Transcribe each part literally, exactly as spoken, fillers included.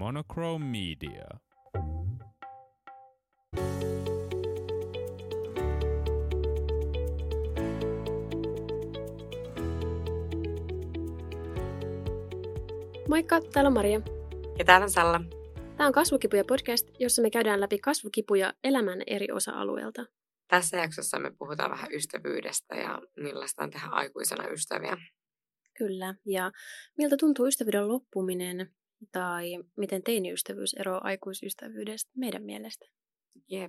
Monochrome Media. Moikka, täällä on Maria. Ja täällä on Salla. Tämä on Kasvukipuja podcast, jossa me käydään läpi kasvukipuja elämän eri osa-alueilta. Tässä jaksossa me puhutaan vähän ystävyydestä ja millaista on tehdä aikuisena ystäviä. Kyllä, ja miltä tuntuu ystävyyden loppuminen tai miten teiniystävyys eroaa aikuisystävyydestä meidän mielestä. Jep.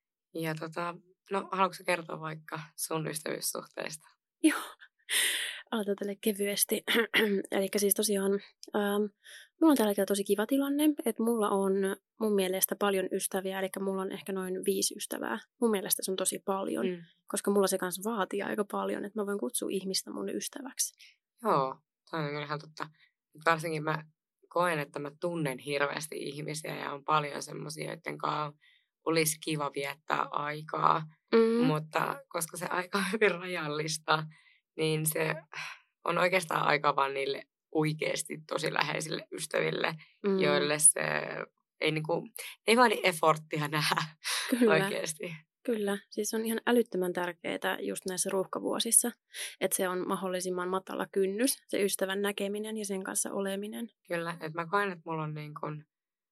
Ja tota, no haluatko kertoa vaikka sun ystävyyssuhteista? Joo, aloitetaan tälle kevyesti. Eli siis tosiaan, ähm, mulla on tällä hetkellä tosi kiva tilanne, että mulla on mun mielestä paljon ystäviä, eli mulla on ehkä noin viisi ystävää. Mun mielestä se on tosi paljon, mm. koska mulla se kanssa vaatii aika paljon, että mä voin kutsua ihmistä mun ystäväksi. Joo, toi on ihan totta. Varsinkin mä koen, että mä tunnen hirveästi ihmisiä ja on paljon semmoisia, joiden kanssa olisi kiva viettää aikaa, mm. mutta koska se aika on hyvin rajallista, niin se on oikeastaan aika vaan niille oikeasti tosi läheisille ystäville, mm. joille se ei, niinku, ei vaadi efforttia nähdä Kyllä. oikeasti. Kyllä, siis on ihan älyttömän tärkeää just näissä ruuhkavuosissa, että se on mahdollisimman matala kynnys, se ystävän näkeminen ja sen kanssa oleminen. Kyllä, että mä koen, että mulla on niin kun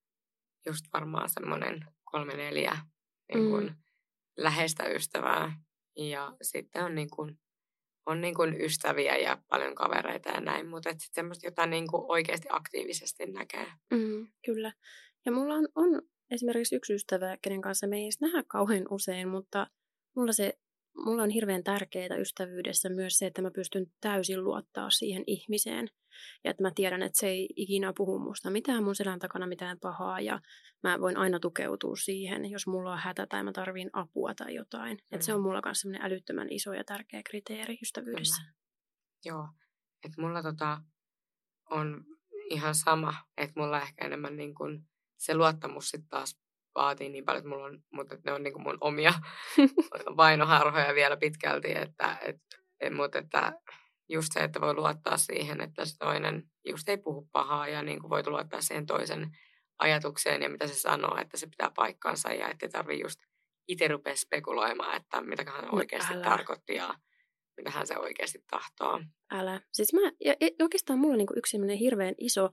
just varmaan semmoinen kolme neljä niin kun mm. läheistä ystävää ja sitten on niin kun on niin kuin ystäviä ja paljon kavereita ja näin, mutta sitten semmoista jotain niin kuin oikeasti aktiivisesti näkee. Mm, kyllä. Ja mulla on, on esimerkiksi yksi ystävä, kenen kanssa me ei edes nähdä kauhean usein, mutta mulla, se, mulla on hirveän tärkeää ystävyydessä myös se, että mä pystyn täysin luottaa siihen ihmiseen. Ja että mä tiedän, että se ei ikinä puhu musta mitään mun selän takana mitään pahaa ja mä voin aina tukeutua siihen, jos mulla on hätä tai mä tarviin apua tai jotain. Mm. Että se on mulla kanssa semmoinen älyttömän iso ja tärkeä kriteeri ystävyydessä. Kyllä. Joo, että mulla tota on ihan sama, että mulla ehkä enemmän niin kuin se luottamus sitten taas vaatii niin paljon, että mulla on, mutta ne on niin kuin mun omia vainoharhoja vielä pitkälti, että, et, et, mutta että just se, että voi luottaa siihen, että se toinen just ei puhu pahaa ja niin kuin voi luottaa siihen toisen ajatukseen ja mitä se sanoo, että se pitää paikkansa ja ettei tarvitse just itse rupea spekuloimaan, että mitäköhän no, oikeasti älä. tarkoitti ja mitähän se oikeasti tahtoo. Älä. Siis mä, ja oikeastaan mulla on niinku yksi sellainen hirveän iso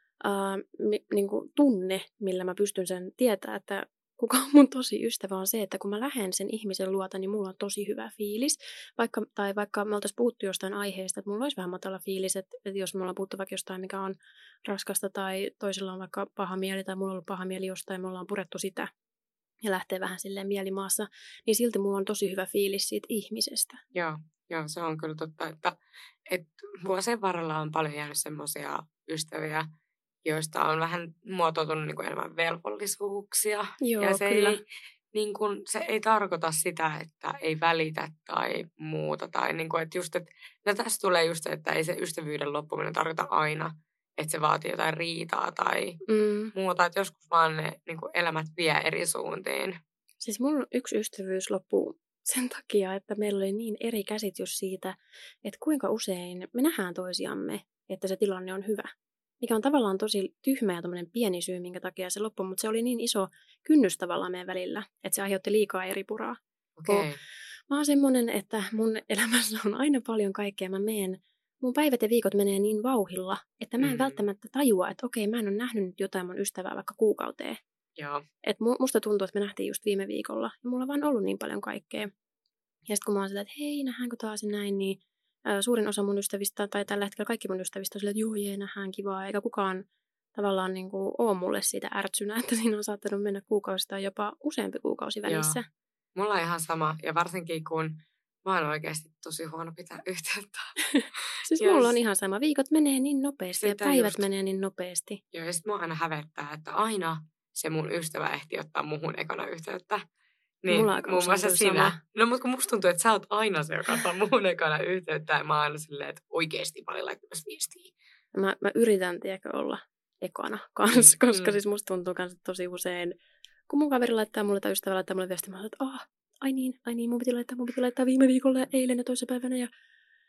uh, mi, niinku tunne, millä mä pystyn sen tietämään, että kuka on mun tosi ystävä on se, että kun mä lähden sen ihmisen luota, niin mulla on tosi hyvä fiilis. Vaikka, tai vaikka me oltaisiin puhuttu jostain aiheesta, että mulla olisi vähän matala fiilis, että, että jos me ollaan puhuttu vaikka jostain, mikä on raskasta tai toisella on vaikka paha mieli tai mulla on ollut paha mieli jostain, me ollaan purettu sitä ja lähtee vähän silleen mielimaassa, niin silti mulla on tosi hyvä fiilis siitä ihmisestä. Joo, joo se on kyllä totta, että, että vuosien varrella on paljon jäänyt semmoisia ystäviä, joista on vähän muotoutunut niin kuin enemmän velvollisuuksia. Joo, ja se kyllä. Ei, niin kuin, se ei tarkoita sitä, että ei välitä tai muuta. Tai niin kuin, että just, että, no tässä tulee just se, että ei se ystävyyden loppuminen tarkoita aina, että se vaatii jotain riitaa tai mm. muuta. Että joskus vaan ne niin kuin elämät vie eri suuntiin. Siis mulla yksi ystävyys loppuu sen takia, että meillä oli niin eri käsitys siitä, että kuinka usein me nähdään toisiamme, että se tilanne on hyvä. Mikä on tavallaan tosi tyhmä ja tommoinen pieni syy, minkä takia se loppui, mutta se oli niin iso kynnys tavallaan meidän välillä, että se aiheutti liikaa eri puraa. Okay. Mä oon semmoinen, että mun elämässä on aina paljon kaikkea. Mä menen, mun päivät ja viikot menee niin vauhilla, että mä en mm. välttämättä tajua, että okei, mä en ole nähnyt nyt jotain mun ystävää vaikka kuukauteen. Joo. Et musta tuntuu, että me nähtiin just viime viikolla ja mulla on vaan ollut niin paljon kaikkea. Ja sitten kun mä oon sillä, että hei, nähdäänkö taas näin, niin suurin osa mun ystävistä, tai tällä hetkellä kaikki mun ystävistä on sillä, että joo, jee, nähdään kivaa, eikä kukaan tavallaan niin kuin ole mulle siitä ärtsynä, että siinä on saattanut mennä kuukausi tai jopa useampi kuukausi välissä. Joo. Mulla on ihan sama, ja varsinkin kun mä oon oikeasti tosi huono pitää yhteyttä. Siis yes. Mulla on ihan sama, viikot menee niin nopeasti sitä ja päivät just menee niin nopeasti. Joo, ja sit mua aina hävettää, että aina se mun ystävä ehti ottaa muhun ekana yhteyttä. Niin, mulla aika muun muassa sinä. Sama. No, mutta kun musta tuntuu, että sä oot aina se, joka ottaa muun ekana yhteyttä, ja mä oon aina silleen, että oikeesti paljon laittamassa viestiä. Mä, mä yritän, tiedäkö, olla ekana kanssa, mm. koska mm. siis musta tuntuu kanssa tosi usein, kun mun kaveri laittaa mulle tai ystävä laittaa mulle viestiä, mä oon, että ah, ai niin, ai niin, mun piti laittaa, mun piti laittaa viime viikolla ja eilen ja toisessa päivänä, ja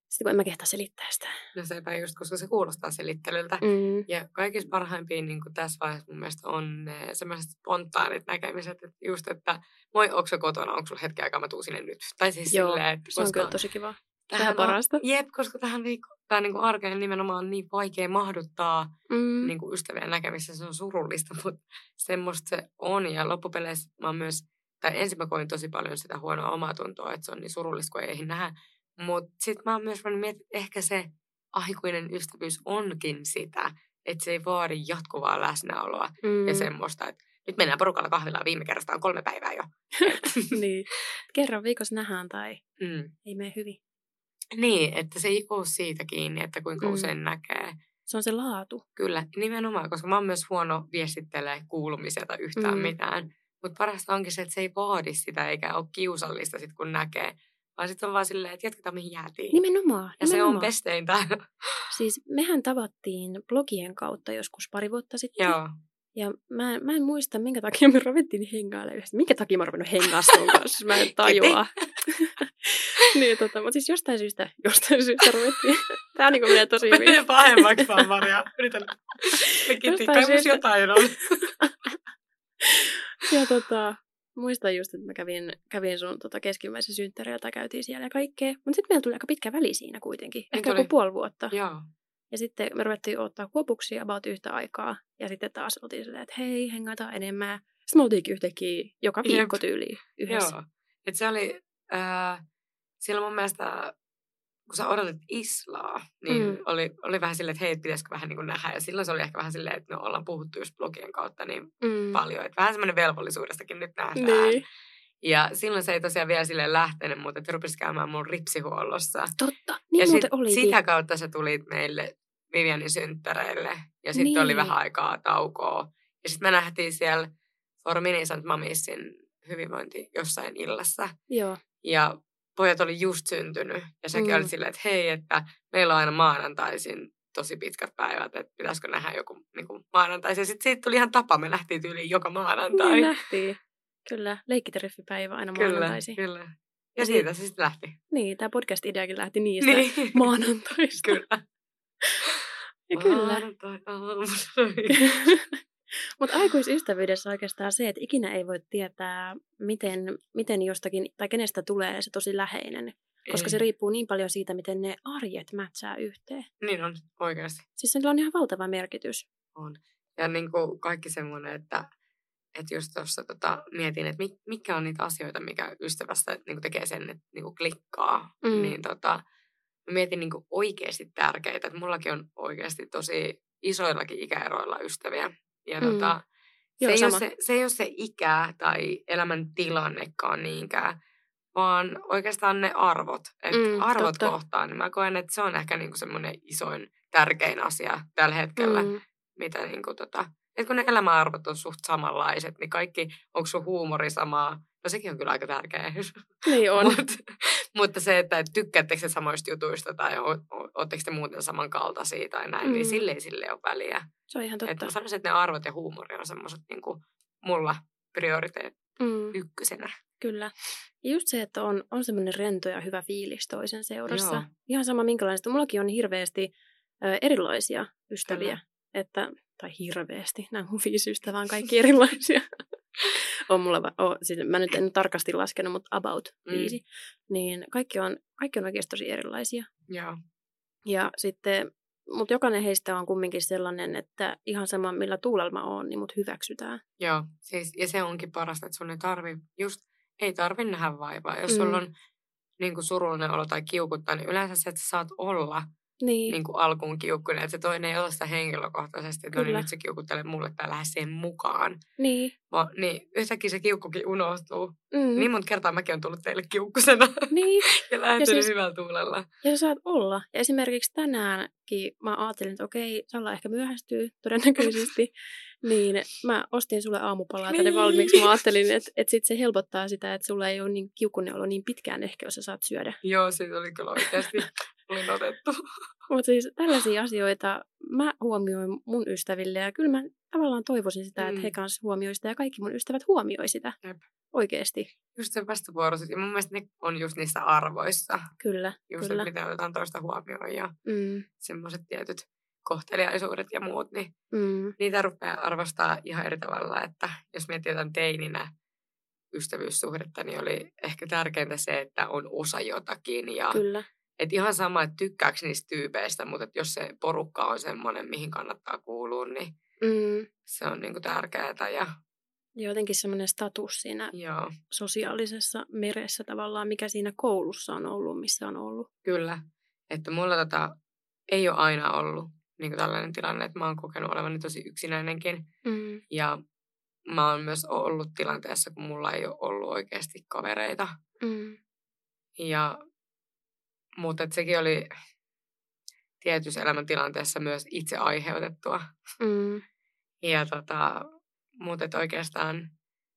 Sitten kun en mä kehtaa selittää sitä. No sepä just, koska se kuulostaa selittelyltä. Mm. Ja kaikista parhaimpia niin kuin tässä vaiheessa mun mielestä on ne sellaiset spontaanit näkemiset, että just, että moi, onko se kotona, onko sulla hetki aikaa, mä tuun sinne nyt. Tai siis Joo, silleen, että se on kyllä tosi kiva. Tähän parasta. On, jep, koska tähän viikko, tämä niin kuin arkeen nimenomaan on niin vaikea mahduttaa Mm. niin kuin ystävien näkemissä. Se on surullista, mutta semmoista se on. Ja loppupeleissä mä myös, tai ensin mä koin tosi paljon sitä huonoa omaa tuntoa, että se on niin surullista, kun ei ehdi nähdä. Mutta sitten mä oon myös miettinyt, että ehkä se aikuinen ystävyys onkin sitä, että se ei vaadi jatkuvaa läsnäoloa Mm. ja semmoista, että nyt mennään porukalla kahvilaan viime kerrasta on kolme päivää jo. Niin. Kerran viikossa nähdään tai mm. ei mene hyvin. Niin, että se ei ole siitä kiinni, että kuinka Mm. usein näkee. Se on se laatu. Kyllä, nimenomaan, koska mä oon myös huono viestittelee kuulumisia tai yhtään Mm. mitään. Mutta parasta onkin se, että se ei vaadi sitä eikä ole kiusallista sit kun näkee. Vaan sitten on vaan silleen, että jatketaan mihin jäätiin. Nimenomaan. Ja se nimenomaan. on pesteintä. Siis mehän tavattiin blogien kautta joskus pari vuotta sitten. Joo. Ja mä, mä en muista, minkä takia me ruvettiin hengailla yhdessä. Minkä takia mä oon ruvennut hengaa sun kanssa, mä en tajua. niin, tota, mutta siis jostain syystä, jostain syystä ruvettiin. Tää niinku menee tosi hyvin. Menee pahemmaksi vaan, Maria. Yritän. Me kiitti. Kai mus jotain on. ja tota, muistan just, että mä kävin, kävin sun tota, keskimmäisen synttäreillä tai käytiin siellä ja kaikkea. Mutta sitten meillä tuli aika pitkä väli siinä kuitenkin. Ehkä tuli. joku puoli vuotta. Joo. Ja sitten me ruvettiin ottaa kuopuksia about yhtä aikaa. Ja sitten taas oltiin silleen, että hei, hengataan enemmän. Sitten me oltiinkin yhtäkkiä joka viikko tyyliin yhdessä. Joo. Että se oli, äh, siellä mun mielestä, kun sä odotit Islaa, niin mm. oli, oli vähän silleen, että hei, pitäisikö vähän niin kuin nähdä. Ja silloin se oli ehkä vähän silleen, että no ollaan puhuttu just blogien kautta niin mm. paljon. Että vähän semmoinen velvollisuudestakin nyt nähdään. Niin. Ja silloin se ei tosiaan vielä silleen lähtenyt, mutta että rupesi käymään mun ripsihuollossa. Totta, niin ja muuten sit, olikin. sitä kautta sä tulit meille Vivianin synttäreille. Ja sitten niin. oli vähän aikaa taukoa. Ja sitten me nähtiin siellä For Minis and Mamissin hyvinvointi jossain illassa. Joo. Ja pojat oli just syntynyt. Ja sekin mm. oli silleen, että hei, että meillä on aina maanantaisin tosi pitkät päivät, että pitäisikö nähdä joku niin kuin maanantaisin. Ja sitten siitä tuli ihan tapa, me nähtiin tyyliin joka maanantai. Niin nähtiin. Kyllä, leikkitreffipäivä aina maanantaisin. Kyllä, kyllä. Ja siitä se sitten lähti. Niin, tämä podcast-ideakin lähti niistä niin. maanantaista. Kyllä. Ja kyllä. Maanantai aamulla. Mutta aikuisystävyydessä oikeastaan se, että ikinä ei voi tietää, miten, miten jostakin tai kenestä tulee se tosi läheinen. Koska ei. Se riippuu niin paljon siitä, miten ne arjet mätsää yhteen. Niin on, oikeasti. Siis sillä on ihan valtava merkitys. On. Ja niin kuin kaikki semmoinen, että, että just tuossa tota, mietin, että mitkä on niitä asioita, mikä ystävästä niin kuin tekee sen, että niin kuin klikkaa. Mm. Niin tota, mä mietin niin kuin oikeasti tärkeitä. Että mullakin on oikeasti tosi isoillakin ikäeroilla ystäviä. Ja mm. tota, se, Joo, ei ole se, se ei ole se ikä tai elämän tilannekaan niinkään, vaan oikeastaan ne arvot. Että mm, arvot totta. Kohtaan, niin mä koen, että se on ehkä niinku semmoinen isoin, tärkein asia tällä hetkellä. Mm. Mitä niinku tota, että kun ne elämäarvot on suht samanlaiset, niin kaikki, onko sun huumori samaa? No sekin on kyllä aika tärkeä. Niin on. Mut, mutta se, että tykkäättekö te samoista jutuista tai ootteko te muuten samankaltaisia tai näin, mm. niin sille ei sille ole väliä. Se on ihan totta. Että mä sanoisin, että ne arvot ja huumori on semmoiset niin kuin mulla prioriteet mm. ykkösenä. Kyllä. Ja just se, että on, on semmoinen rento ja hyvä fiilis toisen seurassa. Joo. Ihan sama minkälaista. Mullakin on hirveästi ö, erilaisia ystäviä. Kyllä. Että, tai hirveästi. Nämä mun viisi ystävää on kaikki erilaisia. on mulla, oh, siis mä nyt en tarkasti laskenut, mutta about mm. viisi. Niin kaikki on, kaikki on oikeasti tosi erilaisia. Joo. Ja sitten, mutta jokainen heistä on kumminkin sellainen, että ihan sama millä tuulella mä oon, niin mut hyväksytään. Joo, siis, ja se onkin parasta, että sun ei tarvi, just ei tarvi nähdä vaivaa. Jos mm. sulla on niin kuin surullinen olo tai kiukuttaa, niin yleensä se, että sä saat olla niin. Niin kuin alkuun kiukkuinen. Että se toinen ei ole sitä henkilökohtaisesti, että no niin, nyt se kiukuttelee mulle tai lähde siihen mukaan. Niin. Va, niin yhtäkkiä se kiukkukin unohtuu. Mm. Niin monta kertaa mäkin on tullut teille kiukkusena. Niin. ja lähtenyt siis, hyvällä tuulella. Ja sä saat olla. Ja esimerkiksi tänäänkin mä ajattelin, että okei, Salla ehkä myöhästyy todennäköisesti. niin mä ostin sulle aamupalaa tänne valmiiksi. Mä ajattelin, että, että sit se helpottaa sitä, että sulla ei ole niin kiukkuinen olo niin pitkään ehkä, jos sä saat syödä. Joo, siitä oli kyllä oikeasti. olin otettu. Mutta siis tällaisia asioita mä huomioin mun ystäville ja kyllä mä tavallaan toivoisin sitä, mm. että he kanssa huomioi sitä ja kaikki mun ystävät huomioi sitä. Jep. Oikeesti. Just se vastavuoroisuus. Ja mun mielestä ne on just niissä arvoissa. Kyllä, just kyllä. Just miten otetaan toista huomioon ja mm. semmoiset tietyt kohteliaisuudet ja muut, niin mm. niitä rupeaa arvostaa ihan eri tavalla. Että jos miettii jotain teininä ystävyyssuhdetta, niin oli ehkä tärkeintä se, että on osa jotakin. Ja kyllä. Et ihan sama, että tykkääkö niistä tyypeistä, mutta et jos se porukka on semmoinen, mihin kannattaa kuulua, niin mm. se on niinku tärkeää. Ja jotenkin semmoinen status siinä joo. sosiaalisessa meressä tavallaan, mikä siinä koulussa on ollut, missä on ollut. Kyllä. Että mulla tota, ei ole aina ollut niin tällainen tilanne, että mä oon kokenut olevani tosi yksinäinenkin. Mm. Ja mä oon myös ollut tilanteessa, kun mulla ei ole ollut oikeasti kavereita. Mm. Ja, mutta sekin oli tietyssä elämäntilanteessa myös itse aiheutettua. Mm. Ja tota, mutta et oikeastaan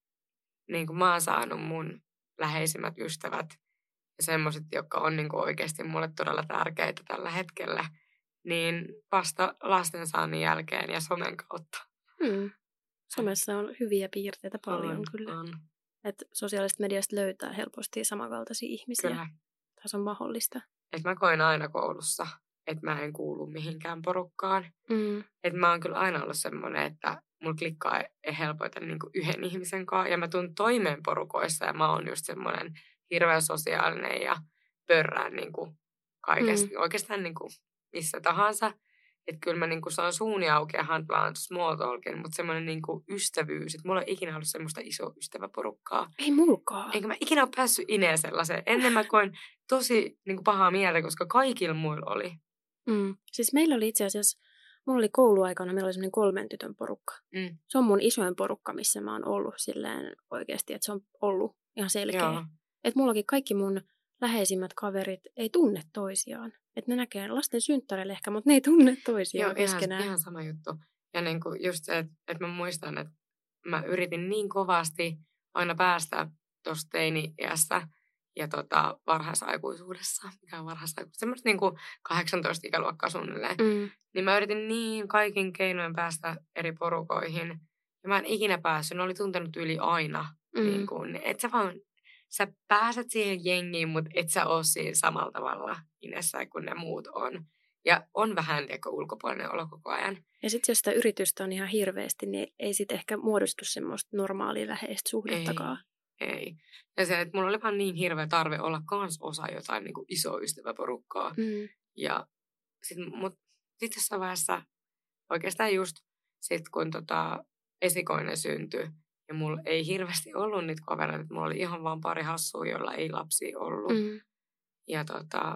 niin kuin mä oon saanut mun läheisimmät ystävät ja semmoiset, jotka on niin kuin oikeasti mulle todella tärkeitä tällä hetkellä, niin vasta lastensaannin jälkeen ja somen kautta. Mm. Somessa on hyviä piirteitä paljon on, kyllä. On. Että sosiaalisesta mediasta löytää helposti samankaltaisia ihmisiä. Kyllä. Tässä on mahdollista. Et mä koin aina koulussa, että mä en kuulu mihinkään porukkaan. Mm. Että mä oon kyllä aina ollut semmoinen, että mulla klikkaa ei helpoita niin kuin yhden ihmisen kanssa. Ja mä tuun toimeen porukoissa ja mä oon just semmoinen hirveän sosiaalinen ja pörrään niin kuin kaikesta, mm. oikeastaan niin kuin missä tahansa. Että kyllä mä niin kuin saan suuni auki ja handlaan small talkin, mutta semmoinen niin kuin ystävyys. Että mulla ei ikinä ollut semmoista isoa ystäväporukkaa. Ei mulkaan. Eikä mä ikinä ole päässyt ineen sellaiseen. Ennen mä koin tosi niin kuin pahaa mieltä, koska kaikilla muilla oli. Mm. Siis meillä oli itse asiassa, mulla oli kouluaikana, meillä oli semmoinen kolmen tytön porukka. Mm. Se on mun isoin porukka, missä mä oon ollut silleen oikeasti, että se on ollut ihan selkeä. Että mullakin kaikki mun läheisimmät kaverit ei tunne toisiaan. Että ne näkee lasten synttäreille ehkä, mutta ne ei tunne toisiaan Joo, keskenään. Ihan, ihan sama juttu. Ja niin kuin just se, että, että mä muistan, että mä yritin niin kovasti aina päästä tuossa teini-iässä ja tota, varhaisaikuisuudessa, mikä on varhaisaikuisuudessa, semmoista niin kuin kahdeksantoista ikäluokkaa suunnilleen. Mm. Niin mä yritin niin kaikin keinoin päästä eri porukoihin. Ja mä en ikinä päässyt, ne oli tuntenut yli aina. Mm. Niin kuin, et sä vaan, sä pääset siihen jengiin, mutta et sä oo siinä samalla tavalla inessä kuin ne muut on. Ja on vähän tiekko ulkopuolinen olo koko ajan. Ja sitten jos sitä yritystä on ihan hirveästi, niin ei sitten ehkä muodostu semmoista normaalia läheistä suhdettakaan. Ei, ei. Ja se, että mulla oli vaan niin hirveä tarve olla kans osa jotain niin kuin isoa ystäväporukkaa. Mm. Ja sitten mut sit jossain vaiheessa oikeastaan just sit kun tota esikoinen syntyi, ja mulla ei hirveästi ollut niitä kavereita, että mulla oli ihan vaan pari hassua, joilla ei lapsia ollut. Mm. Ja tota,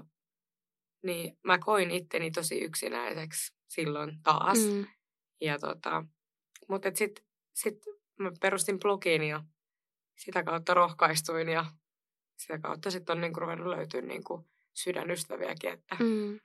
niin mä koin itteni tosi yksinäiseksi silloin taas. Mm. Ja tota, mutta sitten sit mä perustin blogin ja sitä kautta rohkaistuin ja sitä kautta sitten on niinku ruvennut löytyä niinku sydänystäviäkin. Että. Mm.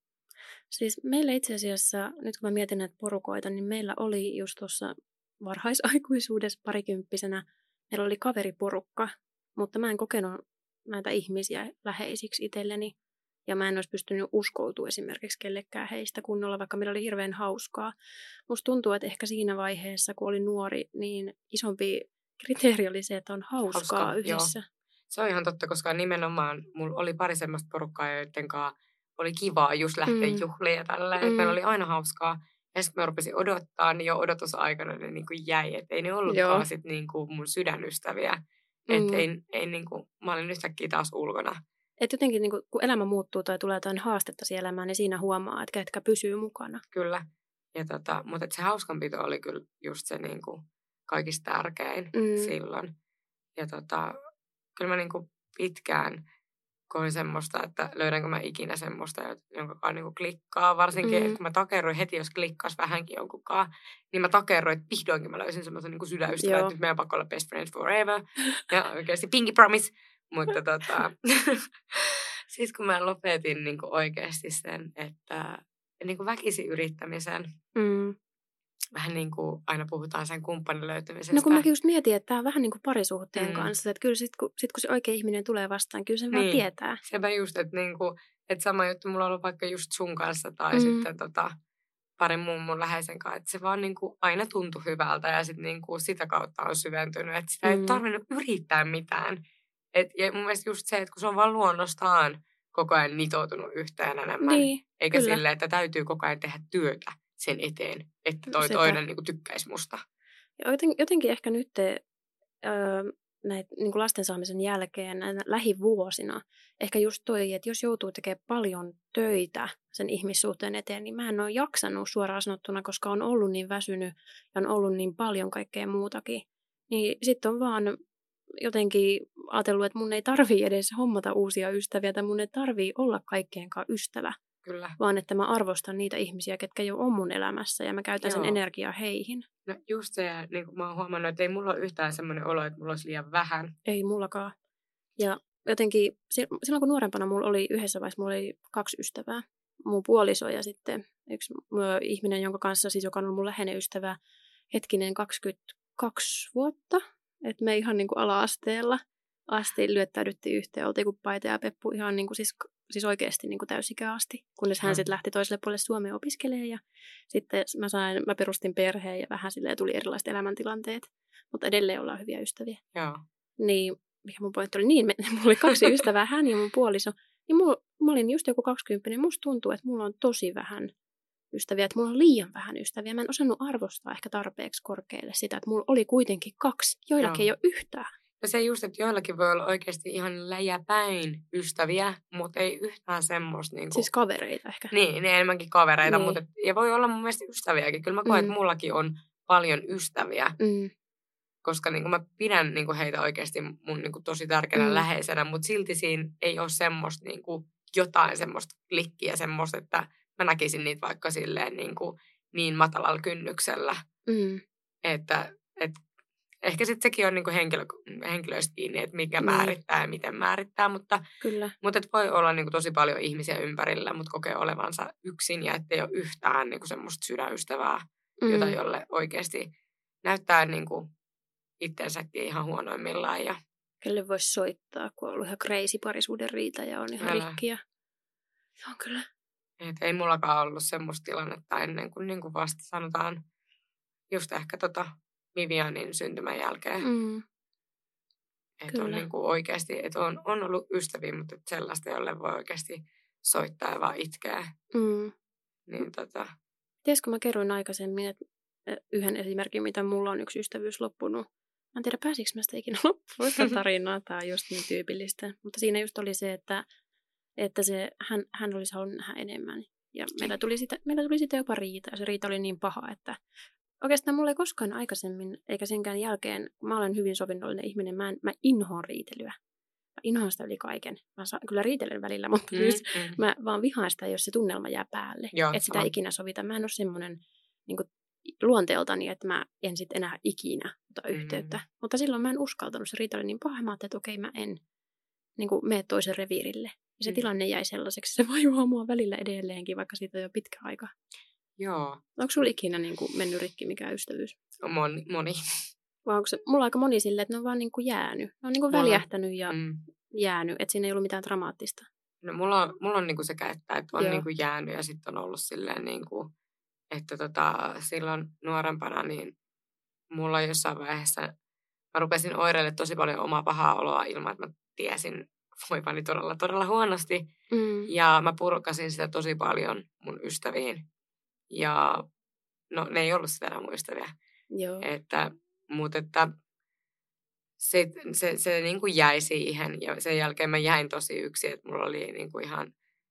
Siis meillä itse asiassa, nyt kun mä mietin näitä porukoita, niin meillä oli just tuossa varhaisaikuisuudessa parikymppisenä, meillä oli kaveriporukka, mutta mä en kokenut näitä ihmisiä läheisiksi itselleni. Ja mä en olisi pystynyt uskoutumaan esimerkiksi kellekään heistä kunnolla, vaikka meillä oli hirveän hauskaa. Musta tuntuu, että ehkä siinä vaiheessa, kun oli nuori, niin isompi kriteeri oli se, että on hauskaa Hauska, yhdessä. Joo. Se on ihan totta, koska nimenomaan mulla oli pari semmoista porukkaa, joiden kanssa oli kivaa just lähteä mm. juhliin ja tälleen. Mm. Meillä oli aina hauskaa. Ja sitten mä rupesin odottaa, niin jo odotusaikana ne niin kuin jäi. Että ei ne ollutkaan sit niin kuin mun sydänystäviä. Mm. Että ei, ei niin kuin, mä olin yhtäkkiä taas ulkona. Että jotenkin niin kun elämä muuttuu tai tulee jotain haastetta siihen elämään, niin siinä huomaa, että ketkä pysyy mukana. Kyllä. Ja tota, mutta se hauskanpito oli kyllä just se niin kuin kaikista tärkein mm. silloin. Ja tota, kyllä mä niin kuin pitkään koin semmoista, että löydänkö mä ikinä semmoista, jonka kanssa niin kuin klikkaa. Varsinkin, mm. kun mä takerroin heti, jos klikkas vähänkin jonkunkaan, niin mä takerroin, että vihdoinkin mä löysin semmoisen niin kuin sydänystävän, että nyt meidän pakko olla best friends forever. Ja oikeasti pinky promise. Mutta tota, sitten kun mä lopetin niin kuin oikeasti sen, että niin kuin väkisin yrittämisen, mm. vähän niin kuin aina puhutaan sen kumppanin löytämisestä. No kun mäkin just mietin, että tämä on vähän niin kuin parisuhteen mm. kanssa, että kyllä sitten kun, sit, kun se oikea ihminen tulee vastaan, kyllä sen niin. vaan tietää. Sepä just, että niin kuin, että sama juttu mulla on ollut vaikka just sun kanssa tai Mm. sitten tota, parin muun mun läheisen kanssa, että se vaan niin kuin aina tuntui hyvältä ja sitten niin kuin sitä kautta on syventynyt, että sitä ei Mm. tarvinnut yrittää mitään. Et, ja mun mielestä just se, että kun se on vaan luonnostaan koko ajan nitoutunut yhteen enemmän, Niin, eikä kyllä. silleen, että täytyy koko ajan tehdä työtä sen eteen, että toi Sepä. toinen niin kuin tykkäisi musta. Ja joten, jotenkin ehkä nyt te, öö, näitä niin kuin lasten saamisen jälkeen, näinä lähivuosina, ehkä just toi, että jos joutuu tekemään paljon töitä sen ihmissuhteen eteen, niin mä en ole jaksanut suoraan sanottuna, koska on ollut niin väsynyt ja on ollut niin paljon kaikkea muutakin. Niin sitten on vaan jotenkin ajatellut, että mun ei tarvii edes hommata uusia ystäviä tai mun ei tarvii olla kaikkeenkaan ystävä, Kyllä. vaan että mä arvostan niitä ihmisiä, ketkä jo on mun elämässä ja mä käytän sen Joo. energiaa heihin. No just se, ja niin kuin mä oon huomannut, että ei mulla ole yhtään semmoinen olo, että mulla olisi liian vähän. Ei mullakaan. Ja jotenkin silloin kun nuorempana mulla oli yhdessä vaiheessa, mulla oli kaksi ystävää. Mun puoliso ja sitten yksi myö, ihminen, jonka kanssa siis, joka on ollut mun läheinen ystävä, hetkinen kaksikymmentäkaksi vuotta. Että me ihan niin kuin ala-asteella asti lyöttäydyttiin yhteen. Oltiin kuin Paita ja Peppu ihan niin kuin siis, siis oikeasti niin kuin täysikään asti. Kunnes hän Mm. sitten lähti toiselle puolelle Suomeen opiskelemaan. Ja sitten mä, sain, mä perustin perheen ja vähän silleen tuli erilaiset elämäntilanteet. Mutta edelleen ollaan hyviä ystäviä. Joo. Niin, mikä mun pointti oli, niin, me, mulla oli kaksi ystävää, hän ja mun puoliso. Niin mulla, mä olin just joku kaksikymmentä, musta tuntuu, että mulla on tosi vähän ystäviä, että mulla on liian vähän ystäviä. Mä en osannut arvostaa ehkä tarpeeksi korkealle sitä, että mulla oli kuitenkin kaksi, joillakin ei ole yhtään. Ja se just, että joillakin voi olla oikeasti ihan läjäpäin ystäviä, mutta ei yhtään semmoista. Niin kuin... Siis kavereita ehkä. Niin, niin enemmänkin kavereita, Niin. mutta ja voi olla mun mielestä ystäviäkin. Kyllä mä koen, Mm. että mullakin on paljon ystäviä, Mm. koska niin kuin mä pidän niin kuin heitä oikeasti mun niin kuin tosi tärkeänä Mm. läheisenä, mutta silti siinä ei ole semmoista niin kuin jotain semmoista klikkiä, semmoista, että mä näkisin niitä vaikka silleen niin, kuin niin matalalla kynnyksellä, Mm. että, että ehkä sitten sekin on niin kuin henkilö, henkilöistä kiinni, että mikä Niin. määrittää ja miten määrittää, mutta, Kyllä. mutta et voi olla niin kuin tosi paljon ihmisiä ympärillä, mutta kokee olevansa yksin ja ettei ole yhtään niin kuin semmoista sydänystävää, Mm. jota jolle oikeasti näyttää niin kuin itsensäkin ihan huonoimmillaan. Ja... Kelle voisi soittaa, kun on ollut ihan crazy parisuuden riita ja on ihan Älä. rikki. Ja... Joo, kyllä. Et ei mullakaan ollut semmoista tilannetta ennen kuin, niin kuin vasta sanotaan just ehkä tota Vivianin syntymän jälkeen. Mm. Että on niin kuin oikeasti, että on, on ollut ystäviä, mutta et sellaista, jolle voi oikeasti soittaa ja vaan itkeä. Mm. Niin tota... Tiedätkö, mä kerroin aikaisemmin, että yhden esimerkin, mitä mulla on yksi ystävyys loppunut. Mä en tiedä, pääsikö mä sitä ikinä loppuun sitä tarinaa. Tää on just niin tyypillistä. Mutta siinä just oli se, että, että se, hän, hän olisi halunnut nähdä enemmän. Ja meillä tuli, sitä, meillä tuli sitä jopa riita. Ja se riita oli niin paha, että oikeastaan mulla ei koskaan aikaisemmin, eikä senkään jälkeen, kun mä olen hyvin sovinnollinen ihminen, mä, en, mä inhoan riitelyä. Mä inhoan sitä yli kaiken. Mä saan, kyllä riitelen välillä, mutta mm, siis mm. mä vaan vihaan sitä, jos se tunnelma jää päälle. Että sitä ei ikinä sovita. Mä en ole semmoinen niin kuin luonteeltani, että mä en sitten enää ikinä ota yhteyttä. Mm. Mutta silloin mä en uskaltanut. Se riita oli niin paha, mä ajattelin, että okei, mä en niin kuin mene toisen reviirille. Ja se mm. tilanne jäi sellaiseksi. Se vajuaa mua välillä edelleenkin, vaikka siitä on jo pitkä aika. Joo. Onko sulla ikinä niin kuin mennyt rikki mikään ystävyys? Moni. moni. Vai onko se, mulla on aika moni silleen, että ne on vaan niin kuin jäänyt. Ne on niin kuin mulla... väljähtänyt ja mm. jäänyt, että siinä ei ollut mitään dramaattista. No mulla on, mulla on niin kuin sekä, että, että on Joo. niin kuin jäänyt ja sitten on ollut silleen niin kuin, että tota, silloin nuorempana niin mulla jossain vaiheessa, mä rupesin oireille tosi paljon omaa pahaa oloa ilman, että mä tiesin voivani todella, todella huonosti. Mm. Ja mä purkasin sitä tosi paljon mun ystäviin. Ja no ne ei ollut sitä enää mun ystäviä. Joo. Että, mutta että se, se, se niin kuin jäi siihen ja sen jälkeen mä jäin tosi yksin, että mulla oli niin kuin ihan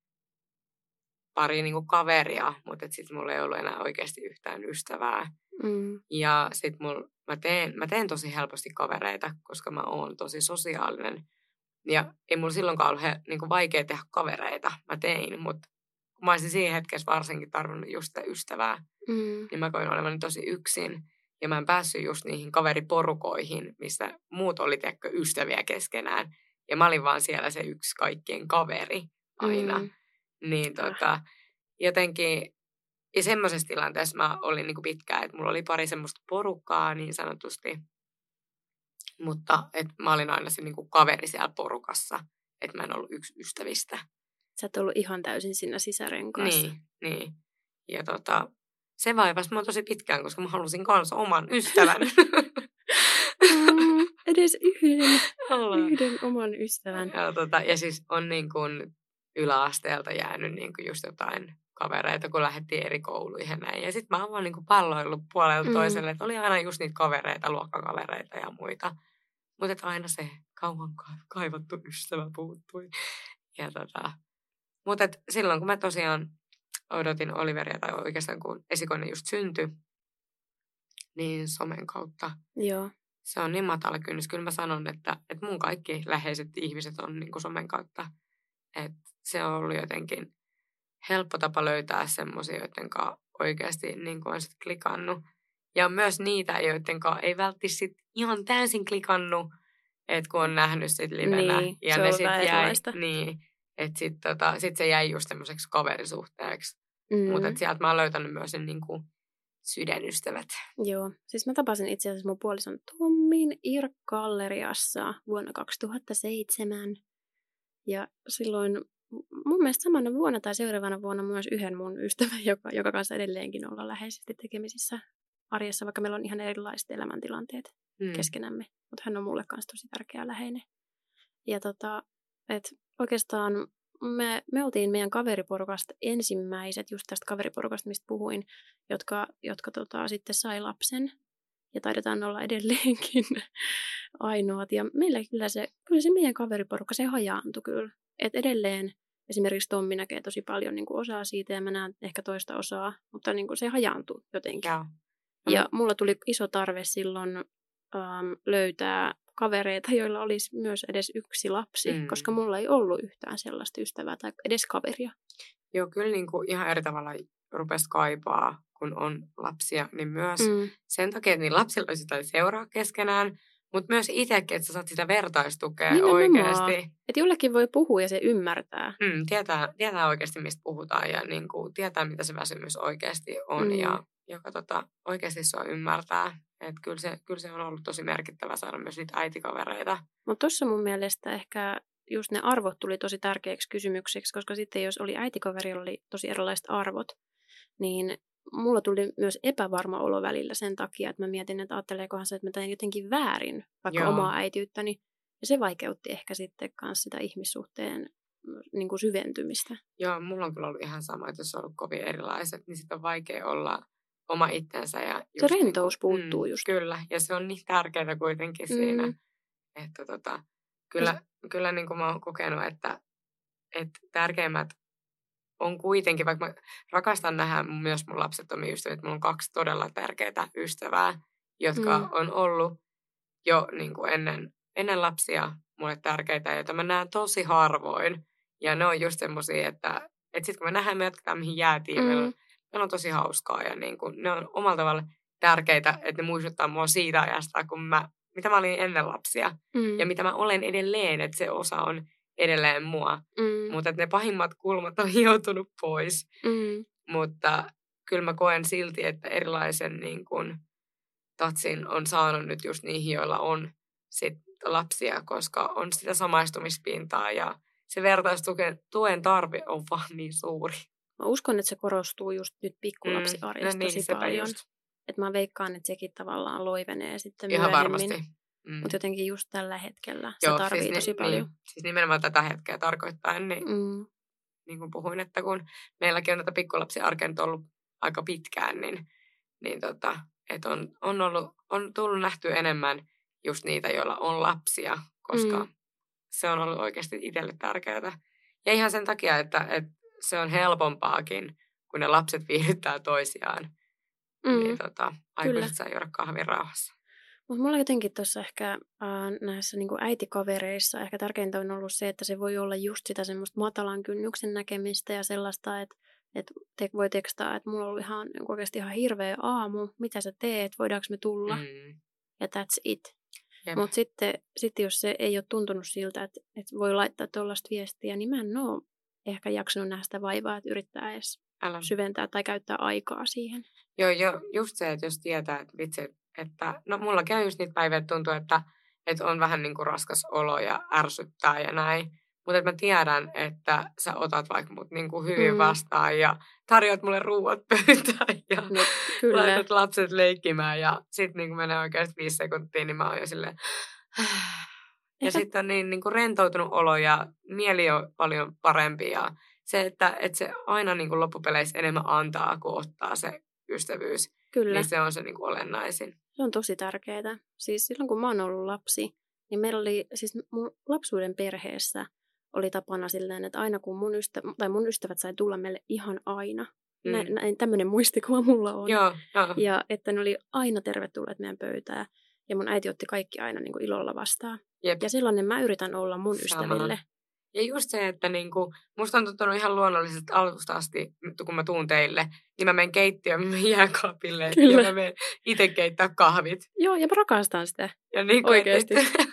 pari niin kuin kaveria, mutta sitten mulla ei ollut enää oikeasti yhtään ystävää. Mm. Ja sitten mä teen, mä teen tosi helposti kavereita, koska mä oon tosi sosiaalinen. Ja ei mulla silloinkaan ollut he, niin kuin vaikea tehdä kavereita. Mä tein, mutta kun mä olisin siinä hetkessä varsinkin tarvinnut just sitä ystävää, Mm. niin mä koin olevani tosi yksin. Ja mä en päässyt just niihin kaveriporukoihin, missä muut oli tekkö ystäviä keskenään. Ja mä olin vaan siellä se yksi kaikkien kaveri aina. Mm. Niin tota, jotenkin, ja semmoisessa tilanteessa mä olin niinku pitkään, että mulla oli pari semmoista porukkaa niin sanotusti. Mutta että mä olin aina se niinku kaveri siellä porukassa, että mä en ollut yksi ystävistä. Sä et ollut ihan täysin siinä sisärenkaassa. Niin, niin. Ja tota, se vaivasi mua tosi pitkään, koska mä halusin kanssa oman ystävän. mm, edes yhden, yhden oman ystävän. Ja, tota, ja siis on niin kuin yläasteelta jäänyt niin kuin just jotain kavereita, kun lähdettiin eri kouluihin ja näin. Ja sitten mä oon vaan niin kuin palloillut puolelta mm. toiselle, että oli aina just niitä kavereita, luokkakavereita ja muita. Mutta aina se kauan kaivattu ystävä puuttui. Ja tota, mutta silloin kun mä tosiaan odotin Oliveria, tai oikeastaan kun esikoinen just syntyi, niin somen kautta. Joo. Se on niin matala kynnys. Kyllä mä sanon, että, että mun kaikki läheiset ihmiset on niin kuin somen kautta. Että se on ollut jotenkin helppo tapa löytää semmoisia, joiden kanssa oikeasti niin kuin on sit klikannut. Ja myös niitä, joiden kanssa ei välttämättä sit ihan täysin klikannut, että kun on nähnyt sit livenä. Niin, ja se ne on sit vähän jäi, erilaista. niin, että sitten tota, sit se jäi just semmoiseksi kaverisuhteeksi. Mm. Mutta sieltä mä oon löytänyt myös sen niin kuin sydänystävät. Joo, siis mä tapasin itse asiassa mun puolison Tommin I R C-galleriassa vuonna kaksituhattaseitsemän. Ja silloin mun mielestä samana vuonna tai seuraavana vuonna myös yhden mun ystävän, joka, joka kanssa edelleenkin ollaan läheisesti tekemisissä arjessa, vaikka meillä on ihan erilaiset elämäntilanteet mm. keskenämme. Mutta hän on mulle kanssa tosi tärkeä läheinen. Ja tota, et oikeastaan me, me oltiin meidän kaveriporukasta ensimmäiset, just tästä kaveriporukasta, mistä puhuin, jotka, jotka tota, sitten sai lapsen. Ja taidetaan olla edelleenkin ainoat. Ja meillä kyllä se, kyllä se meidän kaveriporukka, se hajaantui kyllä. Et edelleen esimerkiksi Tommi näkee tosi paljon niin kuin osaa siitä ja mä näen ehkä toista osaa, mutta niin kuin se hajaantui jotenkin. Ja, ja mulla tuli iso tarve silloin ähm, löytää kavereita, joilla olisi myös edes yksi lapsi, mm. koska mulla ei ollut yhtään sellaista ystävää tai edes kaveria. Joo, kyllä niin kuin ihan eri tavalla rupesi kaipaa, kun on lapsia, niin myös mm. sen takia, että niin lapsilla olisi sitä seuraa keskenään, mutta myös itsekin, että sä saat sitä vertaistukea oikeasti. Että jollekin voi puhua ja se ymmärtää. Mm, tietää, tietää oikeasti, mistä puhutaan ja niin kuin, tietää, mitä se väsymys oikeasti on mm. ja joka tota, oikeasti sua ymmärtää. Että kyllä se, kyllä se on ollut tosi merkittävä saada myös niitä äitikavereita. Mutta tuossa mun mielestä ehkä just ne arvot tuli tosi tärkeäksi kysymykseksi, koska sitten jos oli äitikaverilla oli tosi erilaiset arvot, niin mulla tuli myös epävarma olo välillä sen takia, että mä mietin, että ajatteleekohan se, että mä teen jotenkin väärin vaikka Joo. omaa äitiyttäni. Ja se vaikeutti ehkä sitten myös sitä ihmissuhteen niin kuin syventymistä. Joo, mulla on kyllä ollut ihan sama, että jos on ollut kovin erilaiset, niin sitten on vaikea olla oma itsensä. Ja se rentous niin kuin, puuttuu mm, just. Kyllä, ja se on niin tärkeää kuitenkin mm. siinä. Että tota, kyllä, ja... kyllä niin kuin mä oon kokenut, että, että tärkeimmät on kuitenkin, vaikka mä rakastan nähdä myös mun lapsettomia ystäviä, että mulla on kaksi todella tärkeää ystävää, jotka mm. on ollut jo niin kuin ennen, ennen lapsia mulle tärkeitä, joita mä näen tosi harvoin. Ja ne on just semmosia, että, että sit kun me nähdään, me jatketaan mihin jäätiin, mm. meillä, on, meillä on tosi hauskaa ja niin kuin, ne on omalla tavalla tärkeitä, että ne muistuttaa mua siitä ajasta, kun mä, mitä mä olin ennen lapsia mm. ja mitä mä olen edelleen, että se osa on edelleen mua. Mm. Mutta ne pahimmat kulmat on hioutunut pois. Mm. Mutta kyllä mä koen silti, että erilaisen niin kun, tatsin on saanut nyt just niihin, joilla on sit lapsia, koska on sitä samaistumispintaa ja se vertaistuen tarve on vaan niin suuri. Mä uskon, että se korostuu just nyt pikkulapsiarjessa mm. no niin, tosi paljon. Että mä veikkaan, että sekin tavallaan loivenee sitten ihan myöhemmin. Varmasti. Mm. Mutta jotenkin just tällä hetkellä se Joo, tarvii siis tosi ni, paljon. Niin, siis nimenomaan tätä hetkeä tarkoittain, niin, mm. niin kuin puhuin, että kun meilläkin on tätä pikkulapsiarkea nyt ollut aika pitkään, niin, niin tota, että on, on, ollut, on tullut nähtyä enemmän just niitä, joilla on lapsia, koska mm. se on ollut oikeasti itselle tärkeää. Ja ihan sen takia, että, että se on helpompaakin, kun ne lapset viihdyttää toisiaan. Mm. Niin tota, aikuiset saa juoda kahvin rauhassa. Mutta mulla jotenkin tuossa ehkä äh, näissä niinku äitikavereissa ehkä tärkeintä on ollut se, että se voi olla just sitä semmoista matalan kynnyksen näkemistä ja sellaista, että et te voi tekstaa, että mulla on ollut ihan, niin oikeasti ihan hirveä aamu, mitä sä teet, voidaanko me tulla, mm. ja that's it. Mutta sitten, sitten jos se ei ole tuntunut siltä, että, että voi laittaa tuollaista viestiä, niin mä en ole ehkä jaksanut nähdä sitä vaivaa, että yrittää edes Älä. syventää tai käyttää aikaa siihen. Joo, jo, just se, että jos tietää, että vitsi, että no mulla käy just niitä päiviä, että tuntuu, että, että on vähän niin kuin raskas olo ja ärsyttää ja näin. mutta mä tiedän, että sä otat vaikka mut niinku hyvin Mm. vastaan ja tarjoat mulle ruuat pöytään ja No, kyllä. laitat lapset leikkimään ja sit niinku menee oikeasti viisi sekuntia, niin mä oon jo silleen... Ja Ehkä, sitten on niin, niin kuin rentoutunut olo ja mieli on paljon parempi ja se, että, että se aina niin kuin loppupeleissä enemmän antaa kuin ottaa se ystävyys, kyllä. niin se on se niin kuin olennaisin. Se on tosi tärkeää. Siis silloin kun mä oon ollut lapsi, niin meillä oli, siis mun lapsuuden perheessä oli tapana silleen, että aina kun mun, ystä, tai mun ystävät sai tulla meille ihan aina. Mm. Näin, näin tämmöinen muistikuva mulla on. Joo, joo. Ja että ne oli aina tervetulleet meidän pöytään. Ja mun äiti otti kaikki aina niin kuin ilolla vastaan. Jep. Ja sellainen mä yritän olla mun Sama. ystäville. Ja just se, että niinku, musta on tuntunut ihan luonnollisesti alusta asti, kun mä tuun teille, niin mä menen keittiöön, mä menen jääkaapille Kyllä. ja mä menen itse keittää kahvit. Joo, ja mä rakastan sitä. Ja niinku, Oikeesti. Et, et,